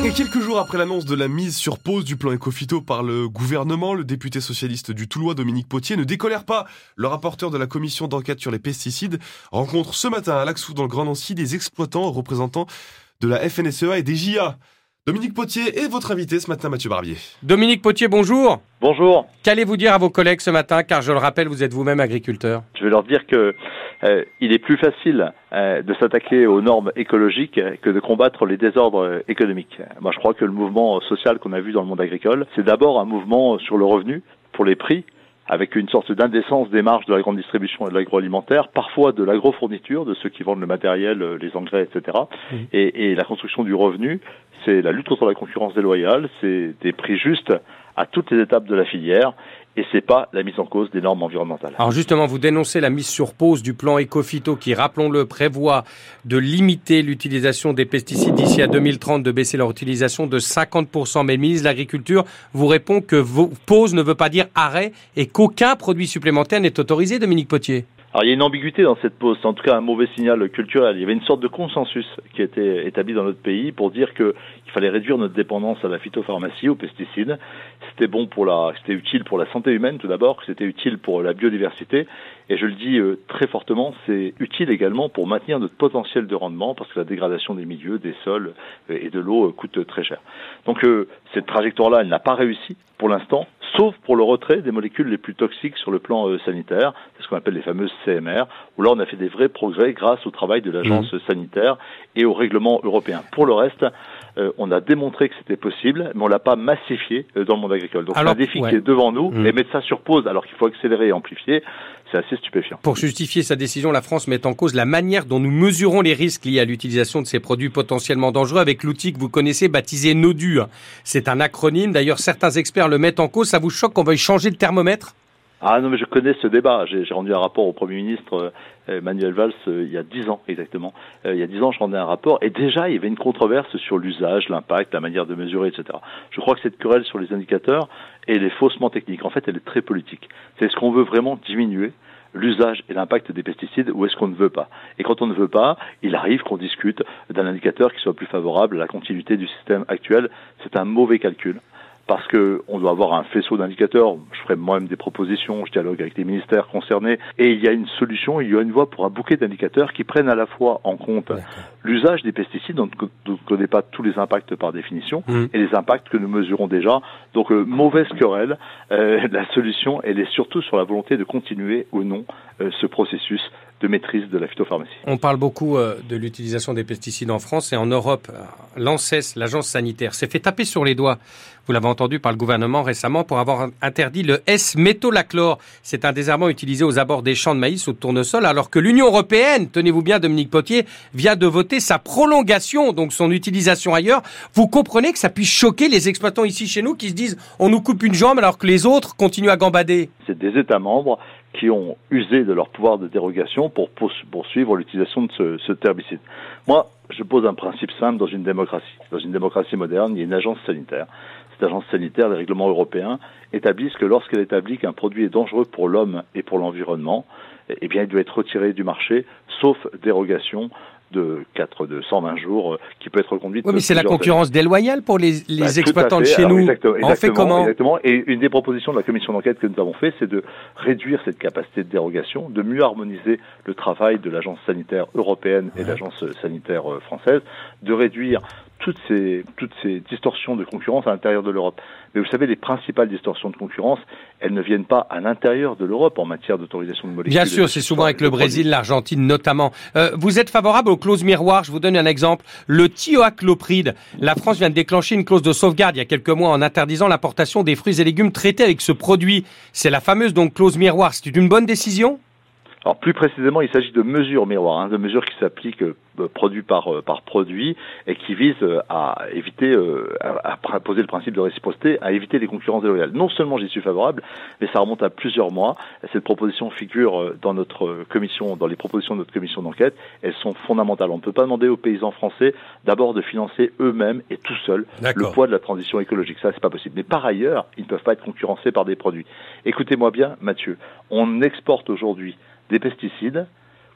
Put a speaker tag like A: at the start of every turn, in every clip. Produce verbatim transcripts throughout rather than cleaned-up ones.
A: Et quelques jours après l'annonce de la mise sur pause du plan Écophyto par le gouvernement, le député socialiste du Toulois, Dominique Potier, ne décolère pas. Le rapporteur de la commission d'enquête sur les pesticides rencontre ce matin à Laxou, dans le Grand Nancy, des exploitants représentants de la F N S E A et des J A. Dominique Potier est votre invité ce matin, Mathieu Barbier.
B: Dominique Potier, bonjour.
C: Bonjour.
B: Qu'allez-vous dire à vos collègues ce matin, car je le rappelle, vous êtes vous-même agriculteur?
C: Je vais leur dire que euh, il est plus facile euh, de s'attaquer aux normes écologiques que de combattre les désordres économiques. Moi, je crois que le mouvement social qu'on a vu dans le monde agricole, c'est d'abord un mouvement sur le revenu, pour les prix, avec une sorte d'indécence des marges de la grande distribution et de l'agroalimentaire, parfois de l'agrofourniture, de ceux qui vendent le matériel, les engrais, et cetera. Mmh. Et, et la construction du revenu, c'est la lutte contre la concurrence déloyale, c'est des prix justes à toutes les étapes de la filière, et c'est pas la mise en cause des normes environnementales.
B: Alors justement, vous dénoncez la mise sur pause du plan Écophyto qui, rappelons-le, prévoit de limiter l'utilisation des pesticides d'ici à deux mille trente, de baisser leur utilisation de cinquante pour cent. Mais le ministre de l'Agriculture vous répond que vos pause ne veut pas dire arrêt et qu'aucun produit supplémentaire n'est autorisé, Dominique Potier.
C: Alors il y a une ambiguïté dans cette pause, c'est en tout cas un mauvais signal culturel. Il y avait une sorte de consensus qui était établi dans notre pays pour dire que il fallait réduire notre dépendance à la phytopharmacie, aux pesticides. C'était bon pour la, c'était utile pour la santé humaine tout d'abord, que c'était utile pour la biodiversité. Et je le dis euh, très fortement, c'est utile également pour maintenir notre potentiel de rendement, parce que la dégradation des milieux, des sols euh, et de l'eau euh, coûte très cher. Donc euh, cette trajectoire-là, elle n'a pas réussi pour l'instant, sauf pour le retrait des molécules les plus toxiques sur le plan euh, sanitaire, c'est ce qu'on appelle les fameuses C M R, où là on a fait des vrais progrès grâce au travail de l'agence mmh. sanitaire et au règlement européen. Pour le reste, euh, on a démontré que c'était possible, mais on l'a pas massifié euh, dans le monde agricole. Donc alors, c'est un défi ouais. qui est devant nous, mmh. et mettre ça sur pause alors qu'il faut accélérer et amplifier, c'est assez stupéfiant.
B: Pour justifier sa décision, la France met en cause la manière dont nous mesurons les risques liés à l'utilisation de ces produits potentiellement dangereux avec l'outil que vous connaissez baptisé NODU. C'est un acronyme, d'ailleurs certains experts le mettent en cause. Ça vous choque qu'on veuille changer le thermomètre ?
C: Ah non, mais je connais ce débat. J'ai, j'ai rendu un rapport au Premier ministre euh, Manuel Valls euh, il y a dix ans exactement. Euh, il y a dix ans, je rendais un rapport et déjà il y avait une controverse sur l'usage, l'impact, la manière de mesurer, et cetera. Je crois que cette querelle sur les indicateurs, elle est faussement technique. En fait, elle est très politique. C'est est-ce qu'on veut vraiment diminuer l'usage et l'impact des pesticides ou est-ce qu'on ne veut pas? Et quand on ne veut pas, il arrive qu'on discute d'un indicateur qui soit plus favorable à la continuité du système actuel. C'est un mauvais calcul. Parce que on doit avoir un faisceau d'indicateurs. Je ferai moi-même des propositions, je dialogue avec les ministères concernés, et il y a une solution, il y a une voie pour un bouquet d'indicateurs qui prennent à la fois en compte D'accord. l'usage des pesticides, dont on ne connaît pas tous les impacts par définition, mmh. et les impacts que nous mesurons déjà. Donc euh, mauvaise querelle. Euh, la solution, elle est surtout sur la volonté de continuer ou non euh, ce processus de maîtrise de la phytopharmacie.
B: On parle beaucoup euh, de l'utilisation des pesticides en France et en Europe. L'ANSES, l'agence sanitaire, s'est fait taper sur les doigts, vous l'avez entendu, par le gouvernement récemment pour avoir interdit le S-métolachlore. C'est un désherbant utilisé aux abords des champs de maïs ou de tournesol, alors que l'Union européenne, tenez-vous bien Dominique Potier, vient de voter sa prolongation, donc son utilisation ailleurs. Vous comprenez que ça puisse choquer les exploitants ici chez nous qui se disent on nous coupe une jambe alors que les autres continuent à gambader.
C: C'est des États membres qui ont usé de leur pouvoir de dérogation pour poursuivre l'utilisation de ce, ce herbicide. Moi, je pose un principe simple dans une démocratie. Dans une démocratie moderne, il y a une agence sanitaire. Cette agence sanitaire, les règlements européens, établissent que lorsqu'elle établit qu'un produit est dangereux pour l'homme et pour l'environnement, eh bien, il doit être retiré du marché, sauf dérogation de quatre, de cent vingt jours, euh, qui peut être reconduite.
B: Oui, mais c'est la concurrence années. déloyale pour les, les bah, exploitants de chez
C: Alors,
B: nous.
C: Exactement,
B: On fait comment
C: exactement. Et une des propositions de la commission d'enquête que nous avons fait, c'est de réduire cette capacité de dérogation, de mieux harmoniser le travail de l'agence sanitaire européenne et ouais. de l'agence sanitaire française, de réduire toutes ces, toutes ces distorsions de concurrence à l'intérieur de l'Europe. Mais vous savez, les principales distorsions de concurrence, elles ne viennent pas à l'intérieur de l'Europe en matière d'autorisation de molécules.
B: Bien sûr, c'est souvent avec le Brésil, l'Argentine notamment. Euh, vous êtes favorable aux clauses miroirs. Je vous donne un exemple. Le thiaclopride. La France vient de déclencher une clause de sauvegarde il y a quelques mois en interdisant l'importation des fruits et légumes traités avec ce produit. C'est la fameuse donc clause miroir. C'est une bonne décision ?
C: Alors plus précisément, il s'agit de mesures miroirs, hein, de mesures qui s'appliquent euh, produit par euh, par produit et qui visent euh, à éviter, euh, à, à poser le principe de réciprocité, à éviter les concurrences déloyales. Non seulement j'y suis favorable, mais ça remonte à plusieurs mois. Cette proposition figure euh, dans notre commission, dans les propositions de notre commission d'enquête. Elles sont fondamentales. On ne peut pas demander aux paysans français d'abord de financer eux-mêmes et tout seuls D'accord. le poids de la transition écologique. Ça, c'est pas possible. Mais par ailleurs, ils ne peuvent pas être concurrencés par des produits. Écoutez-moi bien, Mathieu. On exporte aujourd'hui des pesticides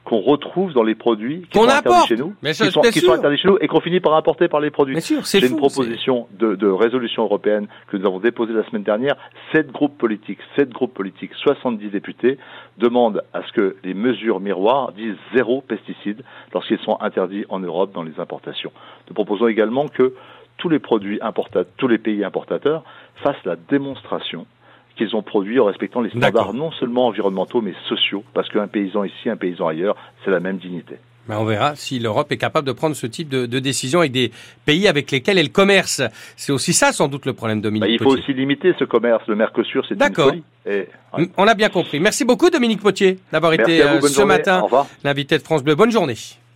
C: qu'on retrouve dans les produits qui
B: qu'on
C: sont interdits
B: importe.
C: chez nous,
B: Mais
C: qui,
B: ça,
C: sont, qui
B: sûr.
C: sont interdits chez nous et qu'on finit par importer par les produits.
B: Bien sûr, c'est
C: J'ai
B: fou,
C: une proposition de, de résolution européenne que nous avons déposée la semaine dernière. Sept groupes politiques, sept groupes politiques, soixante-dix députés demandent à ce que les mesures miroirs disent zéro pesticides lorsqu'ils sont interdits en Europe dans les importations. Nous proposons également que tous les produits importateurs, tous les pays importateurs fassent la démonstration qu'ils ont produit en respectant les standards
B: D'accord.
C: non seulement environnementaux mais sociaux, parce qu'un paysan ici, un paysan ailleurs, c'est la même dignité.
B: Ben on verra si l'Europe est capable de prendre ce type de, de décision avec des pays avec lesquels elle commerce. C'est aussi ça sans doute le problème, Dominique
C: Bah, il faut
B: Potier.
C: aussi limiter ce commerce. Le Mercosur, c'est une
B: D'accord.
C: folie. Et, ouais.
B: On a bien compris. Merci beaucoup Dominique Potier d'avoir
C: Merci
B: été
C: à vous,
B: euh,
C: bonne
B: ce
C: journée.
B: matin
C: Au revoir.
B: l'invité de France Bleu. Bonne journée.